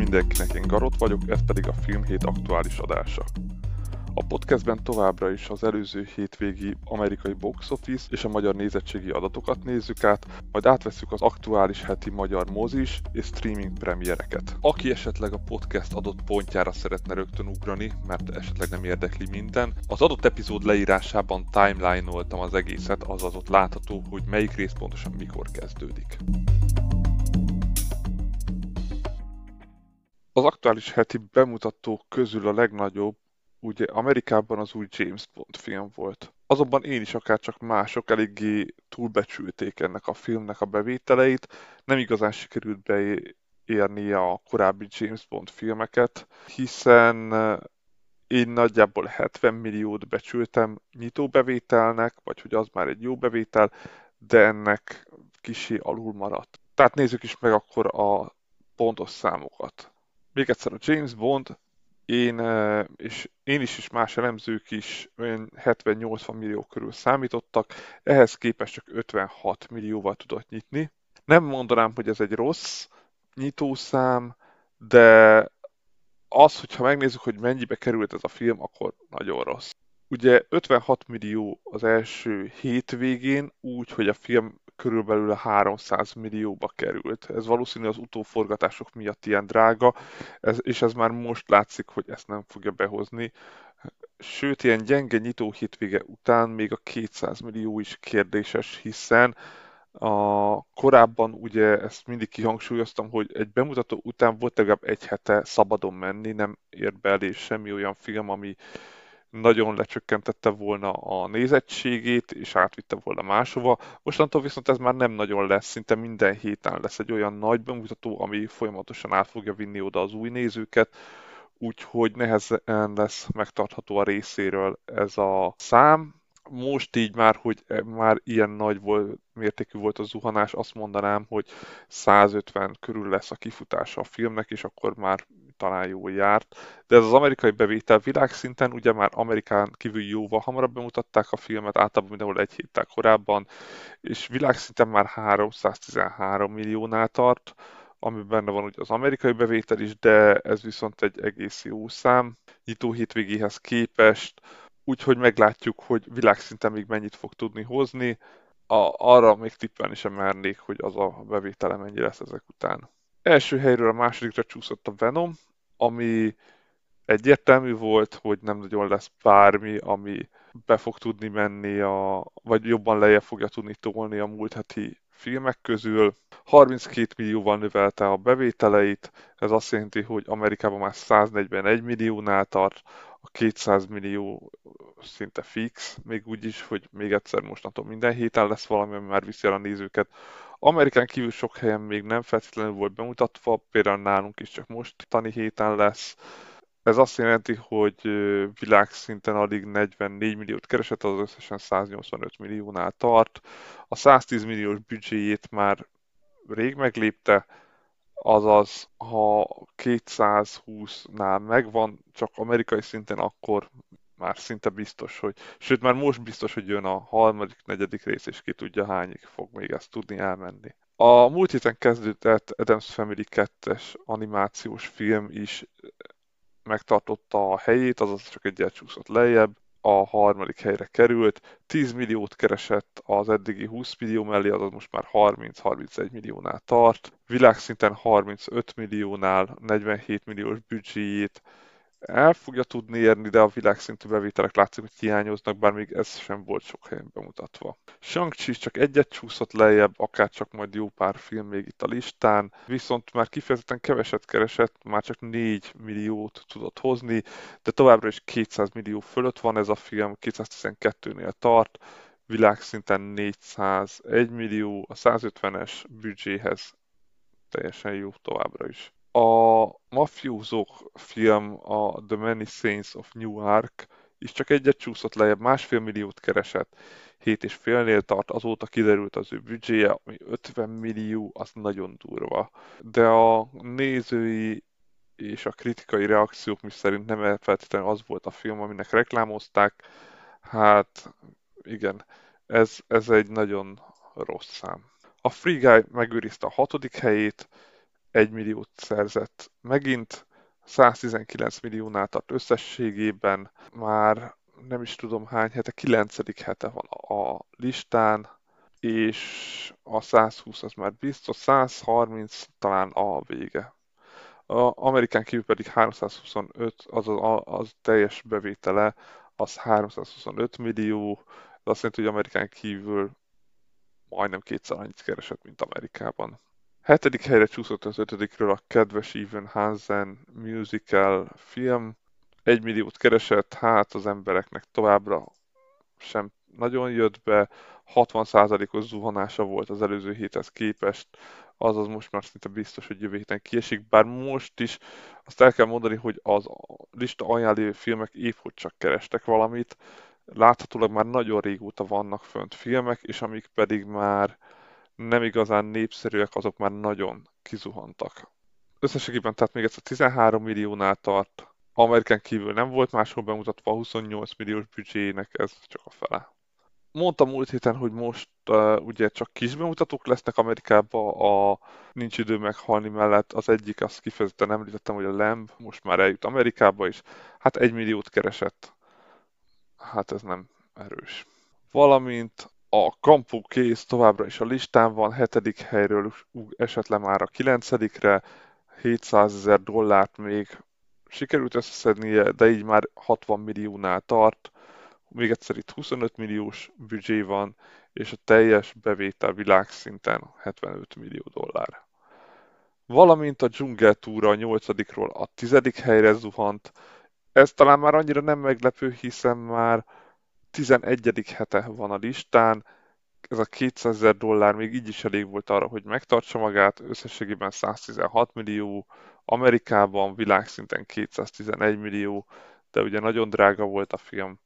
mindenkinek, én Garot vagyok, ez pedig a Filmhét aktuális adása. A podcastben továbbra is az előző hétvégi amerikai box office és a magyar nézettségi adatokat nézzük át, majd átvesszük az aktuális heti magyar mozis és streaming premiereket. Aki esetleg a podcast adott pontjára szeretne rögtön ugrani, mert esetleg nem érdekli minden, az adott epizód leírásában timeline-oltam az egészet, azaz ott látható, hogy melyik rész pontosan mikor kezdődik. Az aktuális heti bemutatók közül a legnagyobb ugye Amerikában az új James Bond film volt. Azonban én is akárcsak mások eléggé túlbecsülték ennek a filmnek a bevételeit, nem igazán sikerült beérni a korábbi James Bond filmeket, hiszen én nagyjából 70 milliót becsültem nyitóbevételnek, vagy hogy az már egy jó bevétel, de ennek kissé alul maradt. Tehát nézzük is meg akkor a pontos számokat. Még egyszer a James Bond, én is és más elemzők is olyan 70-80 millió körül számítottak, ehhez képest csak 56 millióval tudott nyitni. Nem mondanám, hogy ez egy rossz nyitószám, de az, hogyha megnézzük, hogy mennyibe került ez a film, akkor nagyon rossz. Ugye 56 millió az első hétvégén, úgy, hogy a film körülbelül a 300 millióba került. Ez valószínű az utóforgatások miatt ilyen drága, és ez már most látszik, hogy ezt nem fogja behozni. Sőt, ilyen gyenge nyitó hétvége után még a 200 millió is kérdéses, hiszen korábban ugye ezt mindig kihangsúlyoztam, hogy egy bemutató után volt legalább egy hete szabadon menni, nem ért be elé semmi olyan film, ami nagyon lecsökkentette volna a nézettségét, és átvitte volna máshova. Mostantól viszont ez már nem nagyon lesz, szinte minden héten lesz egy olyan nagy bemutató, ami folyamatosan át fogja vinni oda az új nézőket, úgyhogy nehezen lesz megtartható a részéről ez a szám. Most így már, hogy már ilyen nagy mértékű volt a zuhanás, azt mondanám, hogy 150 körül lesz a kifutása a filmnek, és akkor már talán jól járt. De ez az amerikai bevétel világszinten, ugye már Amerikán kívül jóval hamarabb bemutatták a filmet, általában mindenhol egy héttel korábban, és világszinten már 313 milliónál tart, ami benne van ugye az amerikai bevétel is, de ez viszont egy egész jó szám nyitó hétvégéhez képest, úgyhogy meglátjuk, hogy világszinten még mennyit fog tudni hozni. Arra még tippelni sem mernék, hogy az a bevétele mennyi lesz ezek után. Első helyről a másodikra csúszott a Venom, ami egyértelmű volt, hogy nem nagyon lesz bármi, ami be fog tudni menni, vagy jobban lejjebb fogja tudni tolni a múlt heti filmek közül. 32 millióval növelte a bevételeit, ez azt jelenti, hogy Amerikában már 141 milliónál tart, a 200 millió szinte fix, még úgy is, hogy még egyszer mostantól minden héten lesz valami, ami már viszi el a nézőket. Amerikán kívül sok helyen még nem feltétlenül volt bemutatva, például nálunk is csak mostani héten lesz. Ez azt jelenti, hogy világszinten alig 44 milliót keresett, az összesen 185 milliónál tart. A 110 milliós büdzséjét már rég meglépte, azaz ha 220-nál megvan, csak amerikai szinten, akkor már szinte biztos, hogy, sőt már most biztos, hogy jön a harmadik, negyedik rész, és ki tudja hányig fog még ezt tudni elmenni. A múlt héten kezdődött Addams Family 2-es animációs film is megtartotta a helyét, azaz csak egyet csúszott lejjebb, a harmadik helyre került, 10 milliót keresett az eddigi 20 millió mellé, azaz most már 30-31 milliónál tart, világszinten 35 milliónál 47 milliós büdzséjét el fogja tudni érni, de a világszintű bevételek látszik, hogy hiányoznak, bár még ez sem volt sok helyen bemutatva. Shang-Chi csak egyet csúszott lejjebb, akár csak majd jó pár film még itt a listán, viszont már kifejezetten keveset keresett, már csak 4 milliót tudott hozni, de továbbra is 200 millió fölött van ez a film, 212-nél tart, világszinten 401 millió, a 150-es büdzséhez teljesen jó továbbra is. A mafiózók film, a The Many Saints of Newark is csak egyet csúszott lejjebb, 1,5 milliót keresett, 7,5-nél tart, azóta kiderült az ő büdzséje, ami 50 millió, az nagyon durva. De a nézői és a kritikai reakciók mi szerint nem feltétlenül az volt a film, aminek reklámozták. Hát igen, ez egy nagyon rossz szám. A Free Guy megőrizte a hatodik helyét, 1 milliót szerzett megint, 119 milliónál tart összességében, már nem is tudom hány hete, 9. hete van a listán, és a 120 az már biztos, 130 talán a vége. Amerikán kívül pedig 325, az teljes bevétele, az 325 millió, de azt jelenti, hogy Amerikán kívül majdnem kétszer annyit keresett, mint Amerikában. 7. helyre csúszott az 5-ről a kedves Evan Hansen musical film. 1 milliót keresett, hát az embereknek továbbra sem nagyon jött be, 60%-os zuhanása volt az előző héthez képest, azaz most már szinte biztos, hogy jövő héten kiesik, bár most is azt el kell mondani, hogy az lista alján lévő filmek épp csak kerestek valamit, láthatólag már nagyon régóta vannak fönt filmek, és amik pedig már nem igazán népszerűek, azok már nagyon kizuhantak. Összességében tehát még egyszer 13 milliónál tart, Amerikán kívül nem volt máshol bemutatva, a 28 milliós büdzséjének ez csak a fele. Mondtam múlt héten, hogy most ugye csak kis bemutatók lesznek Amerikában a Nincs idő meghalni mellett. Az egyik, azt kifejezetten említettem, hogy a Lamb most már eljut Amerikába is. Hát 1 milliót keresett. Hát ez nem erős. Valamint a Kampó Kész továbbra is a listán van, 7. helyről esett le már a 9-re, 700 000 dollárt még sikerült összeszednie, de így már 60 milliónál tart. Még egyszer itt 25 milliós büdzsé van, és a teljes bevétel világszinten 75 millió dollár. Valamint a dzsungeltúra a 8-ról a 10. helyre zuhant. Ez talán már annyira nem meglepő, hiszen már 11. hete van a listán, ez a 200 000 dollár még így is elég volt arra, hogy megtartsa magát, összességében 116 millió, Amerikában világszinten 211 millió, de ugye nagyon drága volt a film,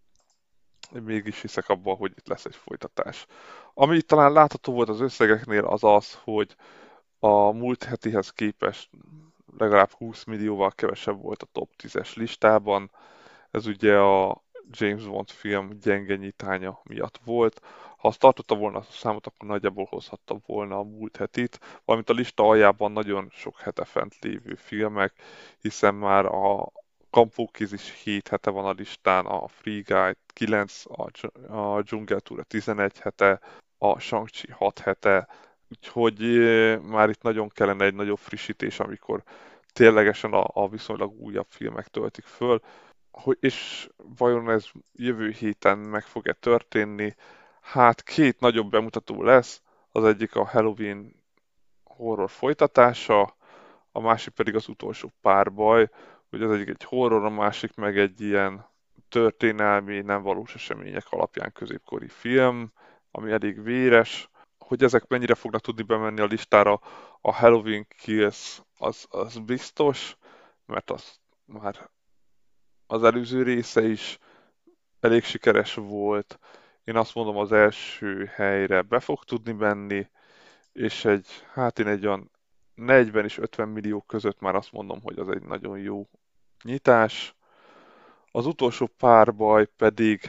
mégis hiszek abban, hogy itt lesz egy folytatás. Ami talán látható volt az összegeknél az az, hogy a múlt hetihez képest legalább 20 millióval kevesebb volt a top 10-es listában. Ez ugye a James Bond film gyenge nyitánya miatt volt. Ha azt tartotta volna a számot, akkor nagyjából hozhatta volna a múlt hetit, valamint a lista aljában nagyon sok hete fent lévő filmek, hiszen már a Kampókéz is 7 hete van a listán, a Free Guy 9, a Dzsungeltúra 11 hete, a Shang-Chi 6 hete, úgyhogy már itt nagyon kellene egy nagyobb frissítés, amikor ténylegesen a viszonylag újabb filmek töltik föl. És vajon ez jövő héten meg fog-e történni? Hát két nagyobb bemutató lesz, az egyik a Halloween horror folytatása, a másik pedig az utolsó párbaj, hogy az egyik egy horror, a másik meg egy ilyen történelmi, nem valós események alapján középkori film, ami elég véres. Hogy ezek mennyire fognak tudni bemenni a listára, a Halloween Kills az biztos, mert az már az előző része is elég sikeres volt. Én azt mondom, az első helyre be fog tudni menni, és én egy olyan 40 és 50 millió között már azt mondom, hogy az egy nagyon jó nyitás. Az utolsó párbaj pedig,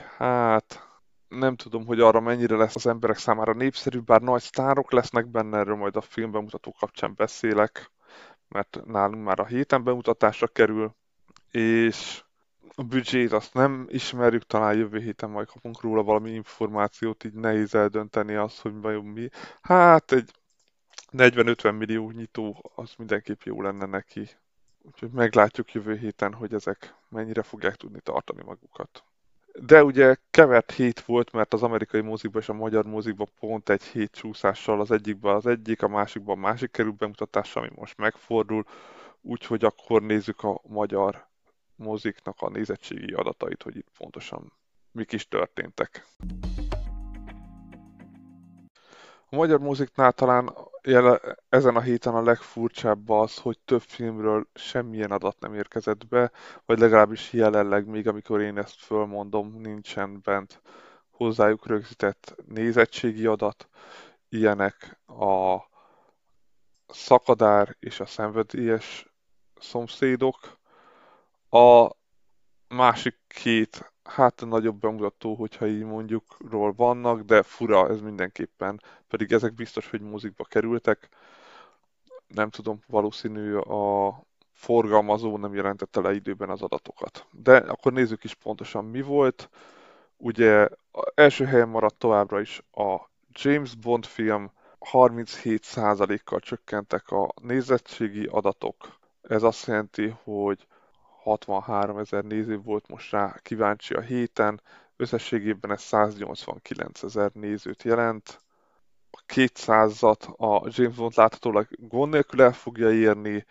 nem tudom, hogy arra mennyire lesz az emberek számára népszerű, bár nagy sztárok lesznek benne, erről majd a filmbemutató kapcsán beszélek, mert nálunk már a héten bemutatásra kerül, és a büdzsét azt nem ismerjük, talán jövő héten majd kapunk róla valami információt, így nehéz eldönteni azt, hogy vajon mi. Hát egy 40-50 millió nyitó, az mindenképp jó lenne neki. Úgyhogy meglátjuk jövő héten, hogy ezek mennyire fogják tudni tartani magukat. De ugye kevert hét volt, mert az amerikai mozikban és a magyar mozikban pont egy hét csúszással az egyikben az egyik, a másikban a másik kerül bemutatásra, ami most megfordul, úgyhogy akkor nézzük a magyar moziknak a nézettségi adatait, hogy itt pontosan mik is történtek. A magyar moziknál talán ezen a héten a legfurcsább az, hogy több filmről semmilyen adat nem érkezett be, vagy legalábbis jelenleg még, amikor én ezt fölmondom, nincsen bent hozzájuk rögzített nézettségi adat. Ilyenek a Szakadár és a Szenvedélyes szomszédok. A másik két, nagyobb bemutató, hogyha így mondjuk, ról vannak, de fura ez mindenképpen, pedig ezek biztos, hogy mozikba kerültek. nem tudom, valószínű a forgalmazó nem jelentette le időben az adatokat. De akkor nézzük is pontosan mi volt. Ugye első helyen maradt továbbra is a James Bond film, 37%-kal csökkentek a nézettségi adatok. Ez azt jelenti, hogy 63 ezer néző volt most rá kíváncsi a héten, összességében ez 189 ezer nézőt jelent. A 200-at a James Bond láthatólag gond nélkül el fogja érni,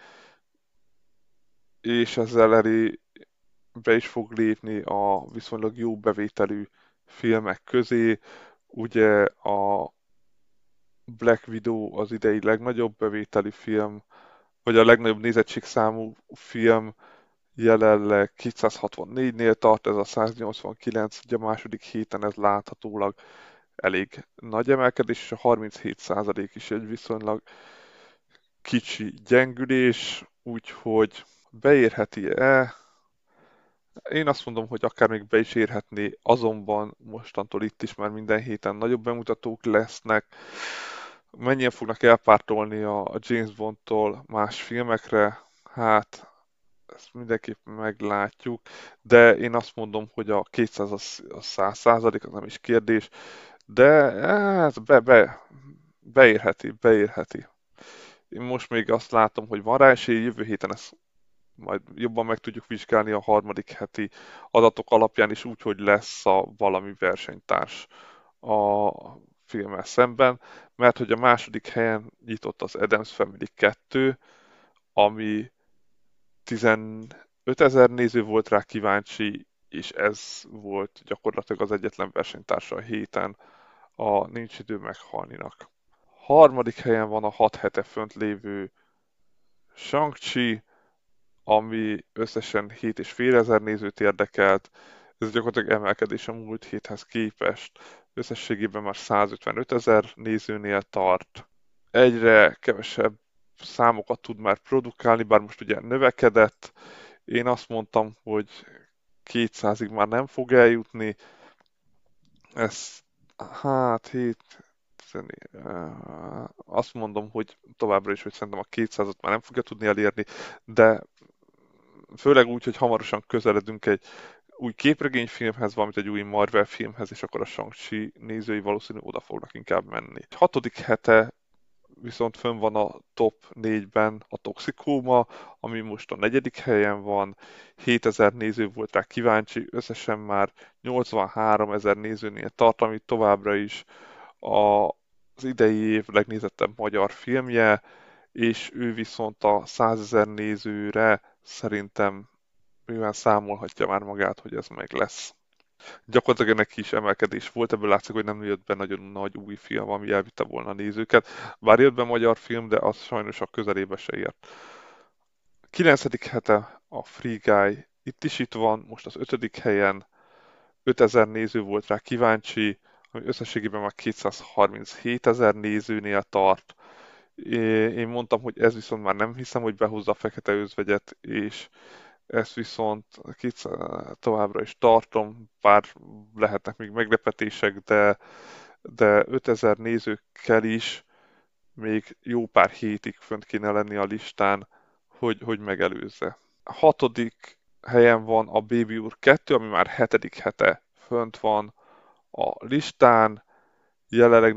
és ezzel elé be is fog lépni a viszonylag jó bevételű filmek közé. Ugye a Black Widow az idei legnagyobb bevételi film, vagy a legnagyobb nézettségszámú film, jelenleg 264-nél tart, ez a 189, ugye a második héten ez láthatólag elég nagy emelkedés, és a 37% is egy viszonylag kicsi gyengülés, úgyhogy beérheti-e? Én azt mondom, hogy akár még be is érhetné, azonban mostantól itt is már minden héten nagyobb bemutatók lesznek. Mennyien fognak elpártolni a James Bondtól más filmekre? Hát, ezt mindenképp meglátjuk, de én azt mondom, hogy a 200 a 100%, az nem is kérdés, de ez beérheti. Én most még azt látom, hogy van rá esély, jövő héten ezt majd jobban meg tudjuk vizsgálni a harmadik heti adatok alapján is úgy, hogy lesz valami versenytárs a filmmel szemben, mert hogy a második helyen nyitott az Addams Family 2, ami 15 ezer néző volt rá kíváncsi, és ez volt gyakorlatilag az egyetlen versenytársa a héten a Nincs idő meghalninak. Harmadik helyen van a 6 hete fönt lévő Shang-Chi, ami összesen 7,5 ezer nézőt érdekelt. Ez gyakorlatilag emelkedés a múlt héthez képest. Összességében már 155 ezer nézőnél tart. Egyre kevesebb számokat tud már produkálni, bár most ugye növekedett. Én azt mondtam, hogy 200-ig már nem fog eljutni. Ez hát 7, azt mondom, hogy továbbra is, hogy szerintem a 200-at már nem fogja tudni elérni, de főleg úgy, hogy hamarosan közeledünk egy új képregényfilmhez, valamint egy új Marvel filmhez, és akkor a Shang-Chi nézői valószínűleg oda fognak inkább menni. Hatodik hete viszont fönn van a top 4-ben a Toxikóma, ami most a negyedik helyen van, 7000 néző volt rá kíváncsi, összesen már 83 ezer nézőnél tart, ami továbbra is az idei év legnézettebb magyar filmje, és ő viszont a 100 ezer nézőre szerintem mivel számolhatja már magát, hogy ez meg lesz. Gyakorlatilag neki is emelkedés volt, ebből látszik, hogy nem jött be nagyon nagy új film, ami elvitte volna a nézőket. Bár jött be magyar film, de az sajnos a közelébe se ért. 9. hete a Free Guy, itt van, most az 5. helyen, 5000 néző volt rá kíváncsi, ami összességében már 237 ezer nézőnél tart. Én mondtam, hogy ez viszont már nem hiszem, hogy behozza a fekete özvegyet, és ezt viszont továbbra is tartom, bár lehetnek még meglepetések, de 5000 nézőkkel is még jó pár hétig fönt kéne lenni a listán, hogy megelőzze. A 6. helyen van a Baby Úr 2, ami már 7. hete fönt van a listán, jelenleg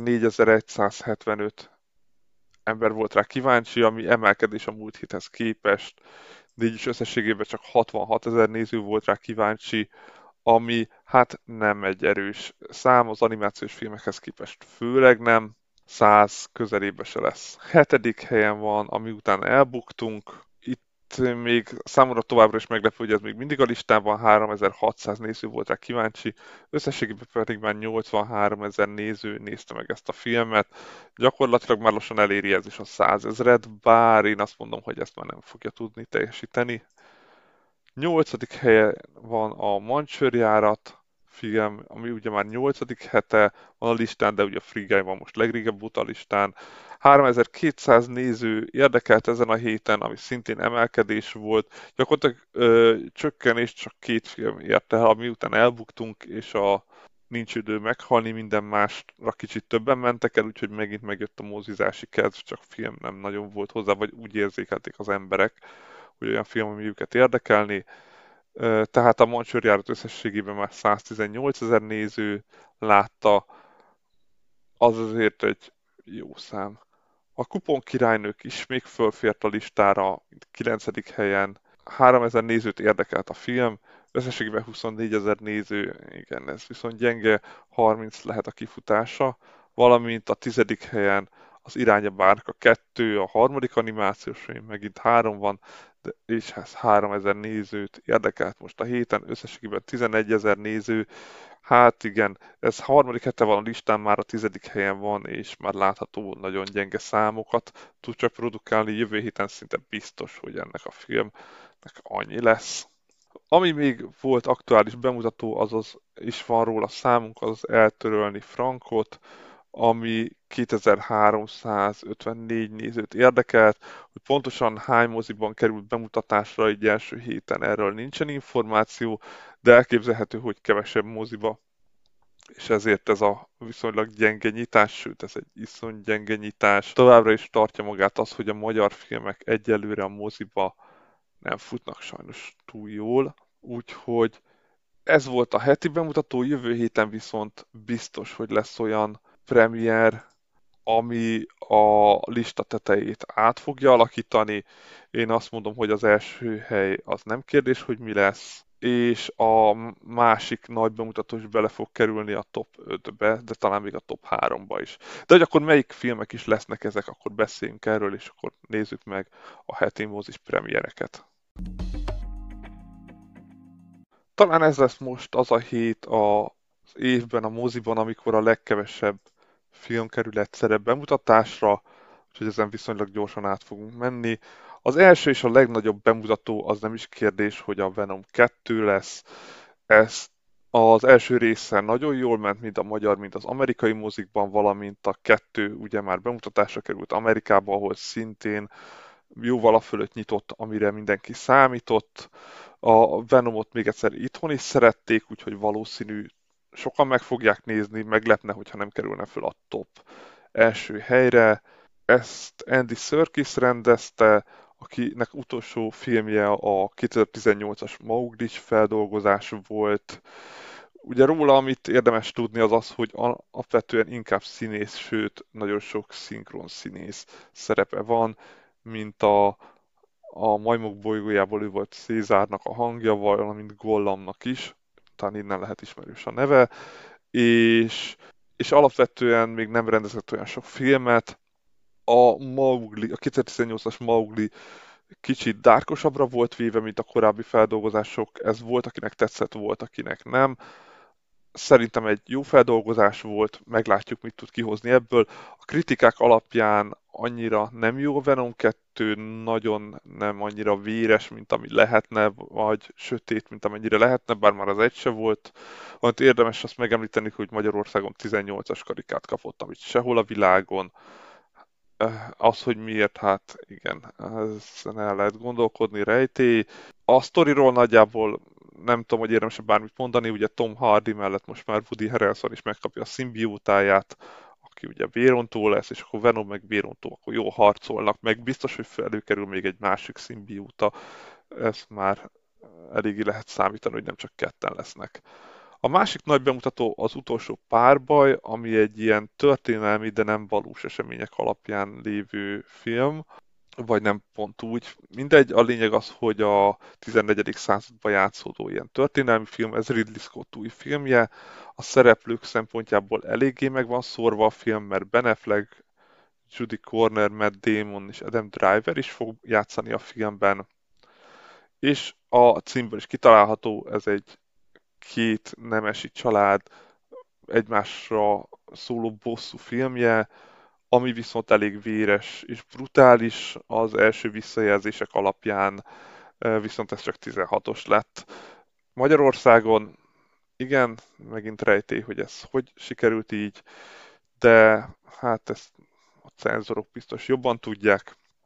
4175 ember volt rá kíváncsi, ami emelkedés a múlt héthez képest, de így is összességében csak 66 ezer néző volt rá kíváncsi, ami hát nem egy erős szám, az animációs filmekhez képest főleg nem, 100 közelébe se lesz. 7. helyen van, ami után elbuktunk, itt még számomra továbbra is meglepő, hogy ez még mindig a listában 3600 néző volt rá kíváncsi, összességében pedig már 83 ezer néző nézte meg ezt a filmet, gyakorlatilag már lassan eléri ez is a 100 ezret, bár én azt mondom, hogy ezt már nem fogja tudni teljesíteni. 8. helyen van a Mancsőrjárat film, ami ugye már 8. hete van a listán, de ugye a Free Guy van most legrégebb óta a listán. 3200 néző érdekelt ezen a héten, ami szintén emelkedés volt. Gyakorlatilag csökkenés csak 2 film érte el, ami után elbuktunk, és a nincs idő meghalni, minden másra kicsit többen mentek el, úgyhogy megint megjött a mozizási kedv, csak film nem nagyon volt hozzá, vagy úgy érzékelték az emberek, hogy olyan film, ami őket érdekelni. Tehát a Mancsőrjárat összességében már 118 000 néző látta, az azért egy jó szám. A Kupon királynők is még fölfért a listára, 9. helyen. 3000 nézőt érdekelt a film, összességében 24 000 néző, igen, ez viszont gyenge, 30 lehet a kifutása, valamint a 10. helyen az Irány a bárka 2, a harmadik animációs film, megint 3 van, de, és ez 3000 nézőt érdekelt most a héten, összességében 11 000 néző, hát igen, ez harmadik hete van a listán, már a 10. helyen van, és már látható nagyon gyenge számokat tud csak produkálni. Jövő héten szinte biztos, hogy ennek a filmnek annyi lesz. Ami még volt aktuális bemutató, azaz is van róla számunk, az Eltörölni Frankot, ami 2354 nézőt érdekelt, hogy pontosan hány moziban került bemutatásra egy első héten, erről nincsen információ, de elképzelhető, hogy kevesebb moziba, és ezért ez a viszonylag gyenge nyitás, sőt ez egy iszony gyenge nyitás. Továbbra is tartja magát az, hogy a magyar filmek egyelőre a moziba nem futnak sajnos túl jól, úgyhogy ez volt a heti bemutató, jövő héten viszont biztos, hogy lesz olyan premier, ami a lista tetejét át fogja alakítani. Én azt mondom, hogy az első hely az nem kérdés, hogy mi lesz, és a másik nagy bemutató is bele fog kerülni a top 5-be, de talán még a top 3-ba is. De hogy akkor melyik filmek is lesznek ezek, akkor beszéljünk erről, és akkor nézzük meg a heti mozis premiereket. Talán ez lesz most az a hét az évben a moziban, amikor a legkevesebb film kerül egyszerre bemutatásra, úgyhogy ezen viszonylag gyorsan át fogunk menni. Az első és a legnagyobb bemutató az nem is kérdés, hogy a Venom 2 lesz. Ez az első része nagyon jól ment, mind a magyar, mind az amerikai mozikban, valamint a kettő ugye már bemutatásra került Amerikába, ahol szintén jóval a fölött nyitott, amire mindenki számított. A Venomot még egyszer itthon is szerették, úgyhogy valószínű sokan meg fogják nézni, meglepne, hogyha nem kerülne föl a top első helyre. Ezt Andy Serkis rendezte, akinek utolsó filmje a 2018-as Mowgli feldolgozás volt. Ugye róla, amit érdemes tudni, az az, hogy alapvetően inkább színész, sőt, nagyon sok szinkron színész szerepe van, mint a Majmok bolygójából ő volt Cézárnak a hangja, valamint Gollamnak is, talán innen lehet ismerős a neve, és, és alapvetően még nem rendezett olyan sok filmet. A 2018-as Mowgli kicsit dárkosabbra volt véve, mint a korábbi feldolgozások. Ez volt, akinek tetszett, volt, akinek nem. Szerintem egy jó feldolgozás volt, meglátjuk, mit tud kihozni ebből. A kritikák alapján annyira nem jó, Venom 2 nagyon nem annyira véres, mint ami lehetne, vagy sötét, mint amennyire lehetne, bár már az egy se volt. Amit érdemes azt megemlíteni, hogy Magyarországon 18-as karikát kapott, amit sehol a világon. Az, hogy miért, hát igen, ezen el lehet gondolkodni, rejtély. A sztoriról nagyjából nem tudom, hogy érdemes bármit mondani, ugye Tom Hardy mellett most már Woody Harrelson is megkapja a szimbiótáját, aki ugye vérontó lesz, és akkor Venom meg vérontó, akkor jól harcolnak, meg biztos, hogy előkerül még egy másik szimbióta, ez már eléggé lehet számítani, hogy nem csak ketten lesznek. A másik nagy bemutató az utolsó párbaj, ami egy ilyen történelmi, de nem valós események alapján lévő film, vagy nem pont úgy. Mindegy, a lényeg az, hogy a 14. században játszódó ilyen történelmi film, ez Ridley Scott új filmje. A szereplők szempontjából eléggé meg van szórva a film, mert Ben Affleck, Judy Corner, Matt Damon és Adam Driver is fog játszani a filmben. És a címben is kitalálható, ez egy két nemesi család egymásra szóló bosszú filmje, ami viszont elég véres és brutális az első visszajelzések alapján, viszont ez csak 16-os lett. Magyarországon igen, megint rejtély, hogy ez hogy sikerült így, de hát ezt a cenzorok biztos jobban tudják.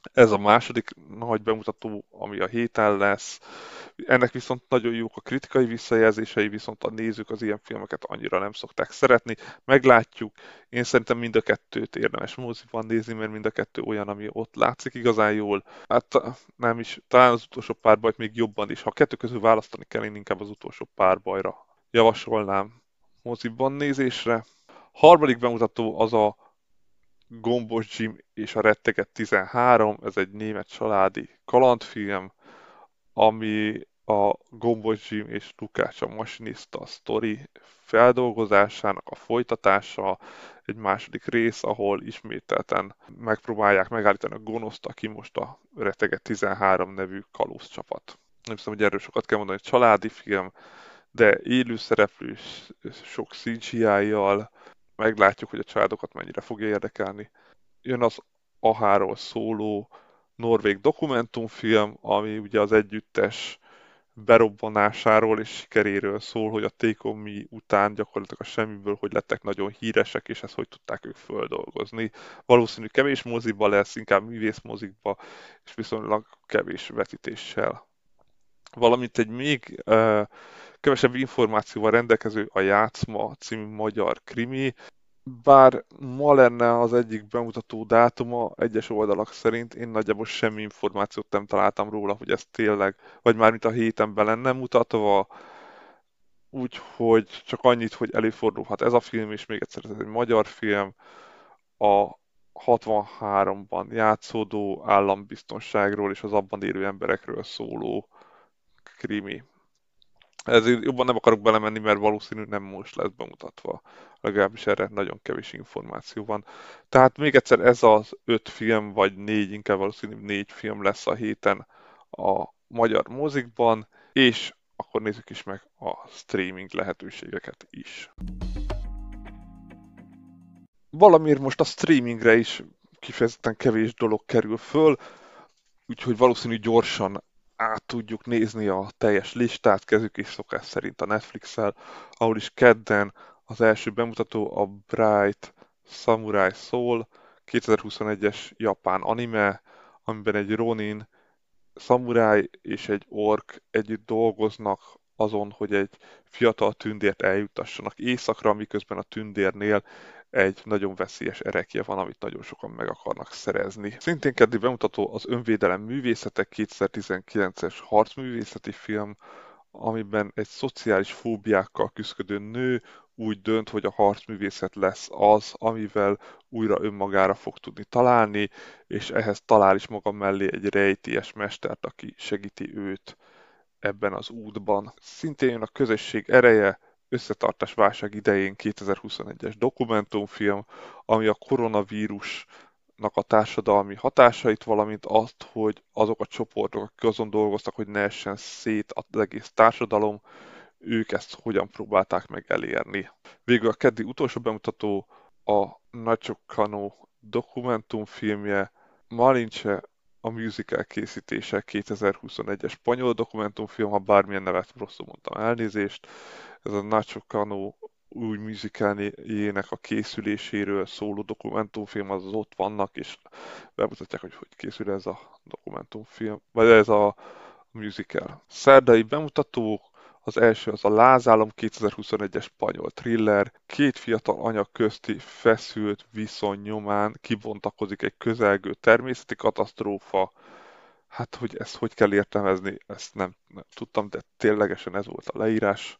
Ez a második nagy bemutató, ami a héten lesz. Ennek viszont nagyon jók a kritikai visszajelzései, viszont a nézők az ilyen filmeket annyira nem szokták szeretni. Meglátjuk. Én szerintem mind a kettőt érdemes moziban nézni, mert mind a kettő olyan, ami ott látszik igazán jól. Hát nem is, talán az utolsó párbajt még jobban is. Ha a kettő közül választani kell, én inkább az utolsó párbajra javasolnám moziban nézésre. Harmadik bemutató az a Gombos Jim és a Retteget 13, ez egy német családi kalandfilm, ami a Gombos Jim és Lukács a masinista sztori feldolgozásának a folytatása, egy második rész, ahol ismételten megpróbálják megállítani a gonoszt, aki most a Retteget 13 nevű kalózcsapat. Nem hiszem, hogy erről sokat kell mondani, családi film, de élő szereplő, sok CGI-jal, meglátjuk, hogy a családokat mennyire fogja érdekelni. Jön az Aháról szóló norvég dokumentumfilm, ami ugye az együttes berobbanásáról és sikeréről szól, hogy a Take On Me után gyakorlatilag a semmiből hogy lettek nagyon híresek, és ezt hogy tudták ők földolgozni. Valószínű kevés moziba lesz, inkább művészmozikba, és viszonylag kevés vetítéssel. Valamint egy még kevesebb információval rendelkező A Játszma című magyar krimi, bár ma lenne az egyik bemutató dátuma egyes oldalak szerint, én nagyjából semmi információt nem találtam róla, hogy ez tényleg, vagy mármint a héten be lenne mutatva, úgyhogy csak annyit, hogy előfordulhat ez a film, és még egyszer ez egy magyar film, a 63-ban játszódó állambiztonságról és az abban élő emberekről szóló krimi. Ezért jobban nem akarok belemenni, mert valószínű nem most lesz bemutatva. Legalábbis erre nagyon kevés információ van. Tehát még egyszer ez az 5 film, vagy 4, inkább valószínű 4 film lesz a héten a magyar mozikban, és akkor nézzük is meg a streaming lehetőségeket is. Valamiért most a streamingre is kifejezetten kevés dolog kerül föl, úgyhogy valószínű gyorsan át tudjuk nézni a teljes listát, kezdjük is szokás szerint a Netflix-el, ahol is kedden az első bemutató a Bright Samurai Soul, 2021-es japán anime, amiben egy Ronin szamuráj és egy ork együtt dolgoznak azon, hogy egy fiatal tündért eljutassanak északra, miközben a tündérnél egy nagyon veszélyes erekje van, amit nagyon sokan meg akarnak szerezni. Szintén keddi bemutató az Önvédelem művészete 2019-es harcművészeti film, amiben egy szociális fóbiákkal küzdő nő úgy dönt, hogy a harcművészet lesz az, amivel újra önmagára fog tudni találni, és ehhez talál is maga mellé egy rejtélyes mestert, aki segíti őt ebben az útban. Szintén jön a közösség ereje, összetartás válság idején 2021-es dokumentumfilm, ami a koronavírusnak a társadalmi hatásait, valamint azt, hogy azok a csoportok, akik azon dolgoztak, hogy ne essen szét az egész társadalom, ők ezt hogyan próbálták meg elérni. Végül a keddi utolsó bemutató a Nacho Cano dokumentumfilmje, Malinche a musical készítése 2021-es spanyol dokumentumfilm, ha bármilyen nevet rosszul mondtam, elnézést. Ez a Nacho Cano új musicaljének a készüléséről szóló dokumentumfilm, az ott vannak, és bemutatják, hogy hogy készül ez a dokumentumfilm, vagy ez a musical. Szerdai bemutatók, az első az a Lázálom 2021-es spanyol thriller. Két fiatal anya közti feszült viszony nyomán kibontakozik egy közelgő természeti katasztrófa. Hát, hogy ezt hogy kell értelmezni, ezt nem tudtam, de ténylegesen ez volt a leírás.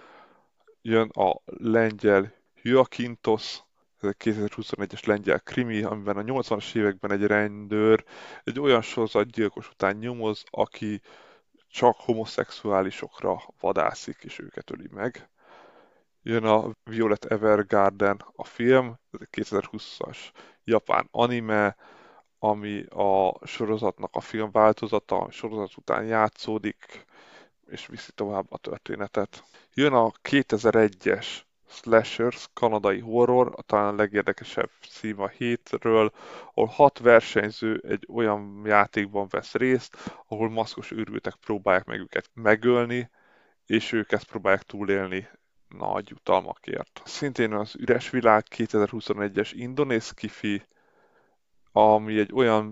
Jön a lengyel Hyakintos, ez egy 2021-es lengyel krimi, amiben a 80-as években egy rendőr egy olyan sorozatgyilkos után nyomoz, aki csak homoszexuálisokra vadászik, és őket öli meg. Jön a Violet Evergarden a film, ez egy 2020-as japán anime, ami a sorozatnak a film változata, a sorozat után játszódik, és viszi tovább a történetet. Jön a 2001-es Slashers, kanadai horror, talán a legérdekesebb cím a hétről, ahol 6 versenyző egy olyan játékban vesz részt, ahol maszkos őrültek próbálják meg őket megölni, és ők ezt próbálják túlélni nagy jutalmakért. Szintén az Üres Világ 2021-es indonéz kifi, ami egy olyan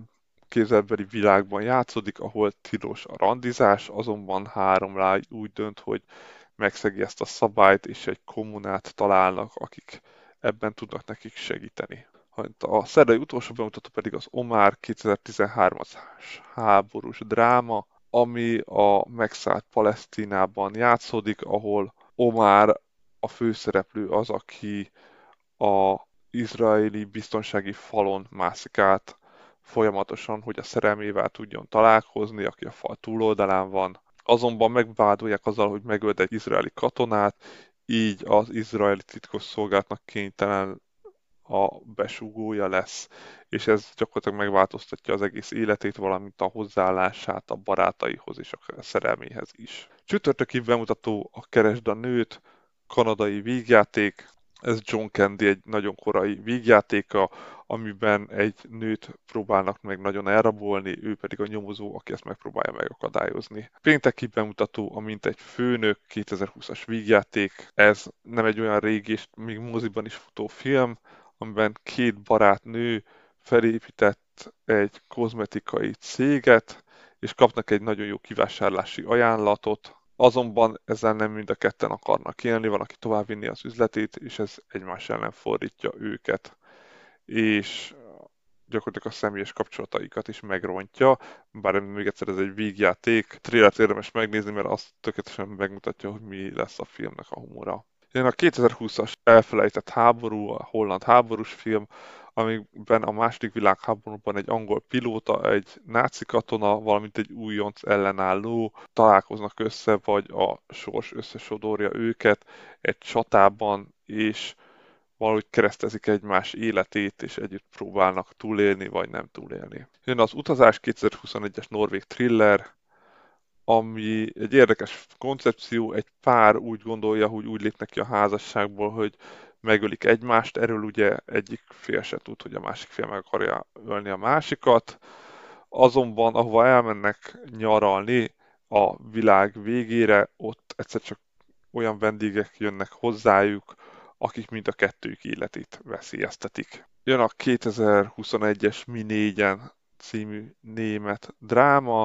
képzelbeli világban játszódik, ahol tilos a randizás, azonban három lány úgy dönt, hogy megszegi ezt a szabályt, és egy kommunát találnak, akik ebben tudnak nekik segíteni. A szerdai utolsó bemutató pedig az Omar 2013-as háborús dráma, ami a megszállt Palesztinában játszódik, ahol Omar a főszereplő az, aki a izraeli biztonsági falon mászik át folyamatosan, hogy a szerelmével tudjon találkozni, aki a fal túloldalán van. Azonban megvádolják azzal, hogy megölt egy izraeli katonát, így az izraeli titkosszolgálatnak kénytelen a besugója lesz, és ez gyakorlatilag megváltoztatja az egész életét, valamint a hozzáállását a barátaihoz és a szerelméhez is. Csütörtökig bemutató a Keresd a nőt, kanadai vígjáték. Ez John Candy egy nagyon korai vígjátéka, amiben egy nőt próbálnak meg nagyon elrabolni, ő pedig a nyomozó, aki ezt megpróbálja megakadályozni. Pénteki bemutató a Mint egy főnök 2020-as vígjáték. Ez nem egy olyan régi és még moziban is futó film, amiben két barátnő felépített egy kozmetikai céget, és kapnak egy nagyon jó kivásárlási ajánlatot, azonban ezzel nem mind a ketten akarnak élni, van, aki továbbvinni az üzletét, és ez egymás ellen fordítja őket, és gyakorlatilag a személyes kapcsolataikat is megrontja, bár még egyszer ez egy vígjáték, trailert érdemes megnézni, mert az tökéletesen megmutatja, hogy mi lesz a filmnek a humora. Jön a 2020-as Elfelejtett háború, a holland háborús film, amiben a második világháborúban egy angol pilóta, egy náci katona, valamint egy újonc ellenálló találkoznak össze, vagy a sors összesodorja őket egy csatában, és valahogy keresztezik egymás életét, és együtt próbálnak túlélni, vagy nem túlélni. Jön az Utazás 2021-es norvég thriller, ami egy érdekes koncepció, egy pár úgy gondolja, hogy úgy lépnek ki a házasságból, hogy megölik egymást, erről ugye egyik fél se tud, hogy a másik fél meg akarja ölni a másikat, azonban ahova elmennek nyaralni a világ végére, ott egyszer csak olyan vendégek jönnek hozzájuk, akik mind a kettőjük életét veszélyeztetik. Jön a 2021-es Mi négyen című német dráma,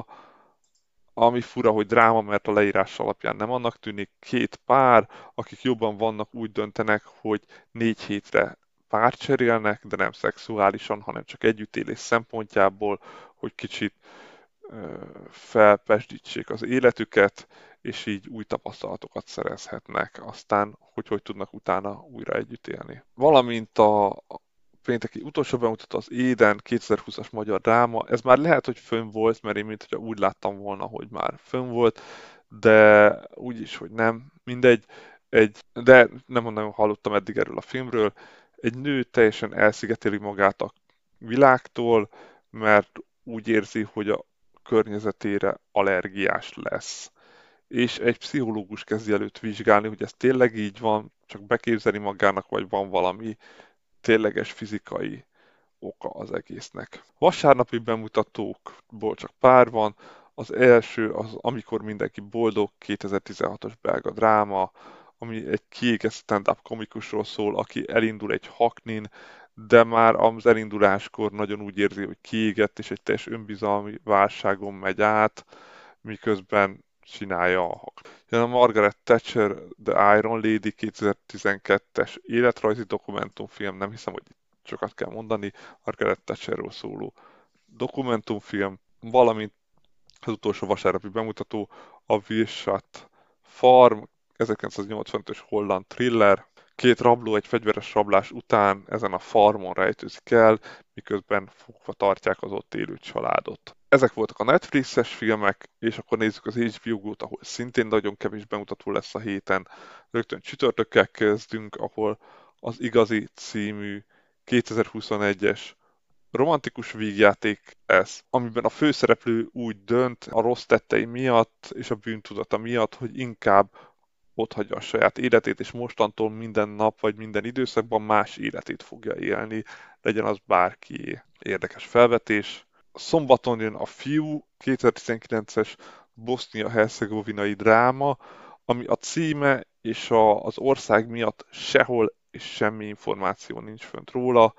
ami fura, hogy dráma, mert a leírás alapján nem annak tűnik. Két pár, akik jobban vannak, úgy döntenek, hogy 4 hétre párt cserélnek, de nem szexuálisan, hanem csak együttélés szempontjából, hogy kicsit felpesdítsék az életüket, és így új tapasztalatokat szerezhetnek, aztán hogy tudnak utána újra együtt élni. Valamint a pénteki utolsó bemutató az Éden 2020-as magyar dráma, ez már lehet, hogy fönn volt, mert én mintha úgy láttam volna, hogy már fönn volt, de úgy is, hogy nem, mindegy, de nem nagyon hallottam eddig erről a filmről, egy nő teljesen elszigeteli magát a világtól, mert úgy érzi, hogy a környezetére allergiás lesz. És egy pszichológus kezdi előtt vizsgálni, hogy ez tényleg így van, csak beképzeli magának, vagy van valami tényleges fizikai oka az egésznek. Vasárnapi bemutatókból csak pár van. Az első az Amikor mindenki boldog, 2016-os belga dráma, ami egy kiégett stand-up komikusról szól, aki elindul egy haknin, de már az elinduláskor nagyon úgy érzi, hogy kiégett, és egy teljes önbizalmi válságon megy át, miközben csinálja a hak. Jön a Margaret Thatcher The Iron Lady 2012-es életrajzi dokumentumfilm, nem hiszem, hogy sokat kell mondani, Margaret Thatcherről szóló dokumentumfilm, valamint az utolsó vasárnapi bemutató a Wilshot Farm, 1985-ös holland thriller. Két rabló egy fegyveres rablás után ezen a farmon rejtőzik el, miközben fogva tartják az ott élő családot. Ezek voltak a Netflixes filmek, és akkor nézzük az HBO Go-t, ahol szintén nagyon kevés bemutató lesz a héten. Rögtön csütörtökkel kezdünk, ahol az Igazi című 2021-es romantikus vígjáték ez, amiben a főszereplő úgy dönt a rossz tettei miatt és a bűntudata miatt, hogy inkább otthagyja a saját életét, és mostantól minden nap vagy minden időszakban más életét fogja élni, legyen az bárki. Érdekes felvetés. Szombaton jön a Fiú, 2019-es bosznia-hercegovinai dráma, ami a címe és az ország miatt sehol és semmi információ nincs fönt róla.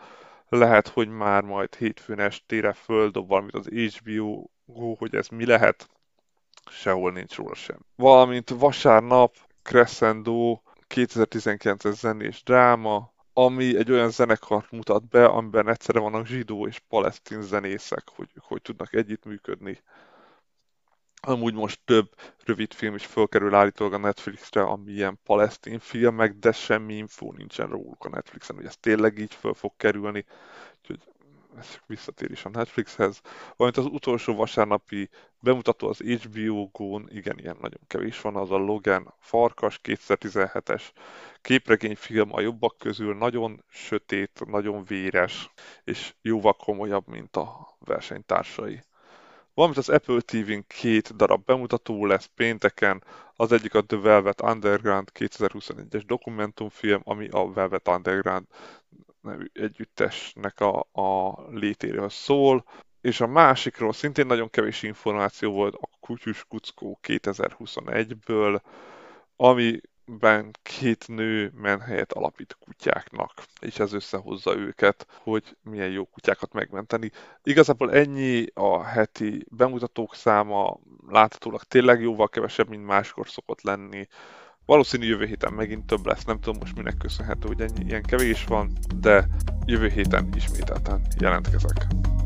Lehet, hogy már majd hétfőn estére földob valamit az HBO Go, hogy ez mi lehet, sehol nincs róla sem. Valamint vasárnap Crescendo 2019-es zenés dráma, ami egy olyan zenekart mutat be, amiben egyszerre vannak zsidó és palesztin zenészek, hogy tudnak együttműködni. Amúgy most több rövid film is fölkerül állítólag a Netflixre, ami ilyen palesztin filmek, de semmi infó nincsen róluk a Netflixen, hogy ez tényleg így föl fog kerülni. Úgyhogy ez csak visszatérés a Netflixhez. Valamint az utolsó vasárnapi bemutató az HBO Go-n, igen, ilyen nagyon kevés van, az a Logan Farkas 2017-es képregényfilm a jobbak közül, nagyon sötét, nagyon véres, és jóval komolyabb, mint a versenytársai. Valamint az Apple TV-n 2 darab bemutató lesz pénteken, az egyik a The Velvet Underground 2021-es dokumentumfilm, ami a Velvet Underground nevű együttesnek a létéről szól, és a másikról szintén nagyon kevés információ volt a Kutyus Kuckó 2021-ből, amiben 2 nő menhelyet alapít kutyáknak, és ez összehozza őket, hogy milyen jó kutyákat megmenteni. Igazából ennyi a heti bemutatók száma, láthatólag tényleg jóval kevesebb, mint máskor szokott lenni. Valószínű jövő héten megint több lesz, nem tudom most minek köszönhető, hogy ennyi ilyen kevés van, de jövő héten ismételten jelentkezek.